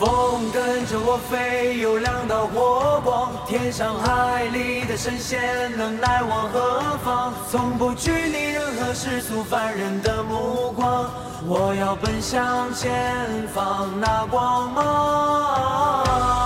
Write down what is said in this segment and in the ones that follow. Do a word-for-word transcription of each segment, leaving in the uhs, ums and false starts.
风跟着我飞，有两道火光，天上海里的神仙能奈我何妨？从不拘泥任何世俗凡人的目光，我要奔向前方那光芒。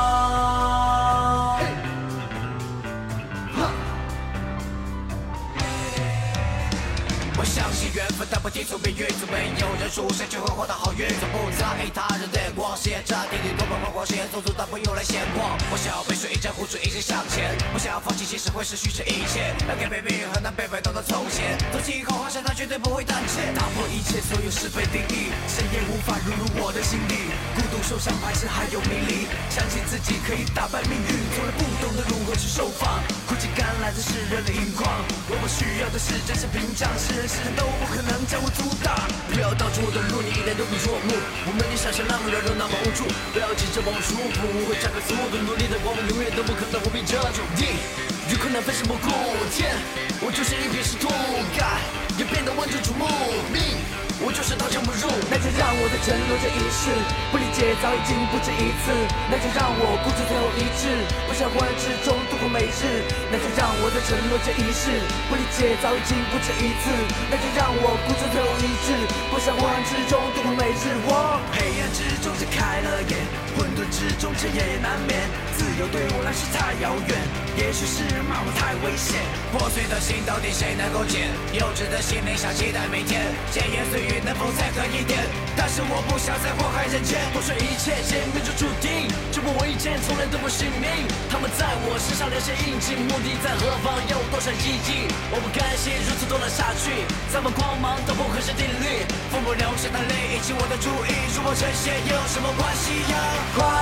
我相信缘分，但不提出命运，总没有人出生就会活得好运。从不在意他人的眼光，实验着地理多么光光实验做出但不用来闲逛。我想要背水一战，呼出一直向前。我想要放弃，其实会失去这一切。要给被命运很难被摆动的从前。走进后，好像他绝对不会胆怯，打破一切所有是非定义，谁也无法融入我的心里。孤独受伤，还是还有迷离，相信自己可以打败命运，从来不懂得如何去收放。苦尽甘来自世人的眼眶，我不需要的是真实屏障，是人是人都不可能将我阻挡。不要挡住我的路，你一点都不错目。我们的想象那么软弱，那么无助，不要急着往我束缚，我会加快速度，努力的光芒永远都不可能回避这种地，有困难分身蘑菇天，我就是一片石土盖，也变得万众瞩目命。我就是刀枪不入， 那就让我再沉沦这一世，不理解早已经不止一次，那就让我孤注最后一掷，不想混乱之中度过每日。那就让我再沉沦这一世，不理解早已经不止一次，那就让我孤注最后一掷，不想混乱之中度过每日。我黑暗之中睁开了眼，混沌之中彻夜也难眠，自由对我来说太遥远，也许是人骂我太危险。破碎的心到底谁能够捡？幼稚的心灵想期待每天，闲言碎语能否再狠一点？但是我不想再祸害人间，破碎一切，见面就注定，这不为见，从来都不惜命。他们在我身上留下印记，目的在何方？要我多少意义？我不甘心如此多了下去，散发光芒都不合是定律，风不流下的泪引起我的注意，如我成仙又有什么关系呀？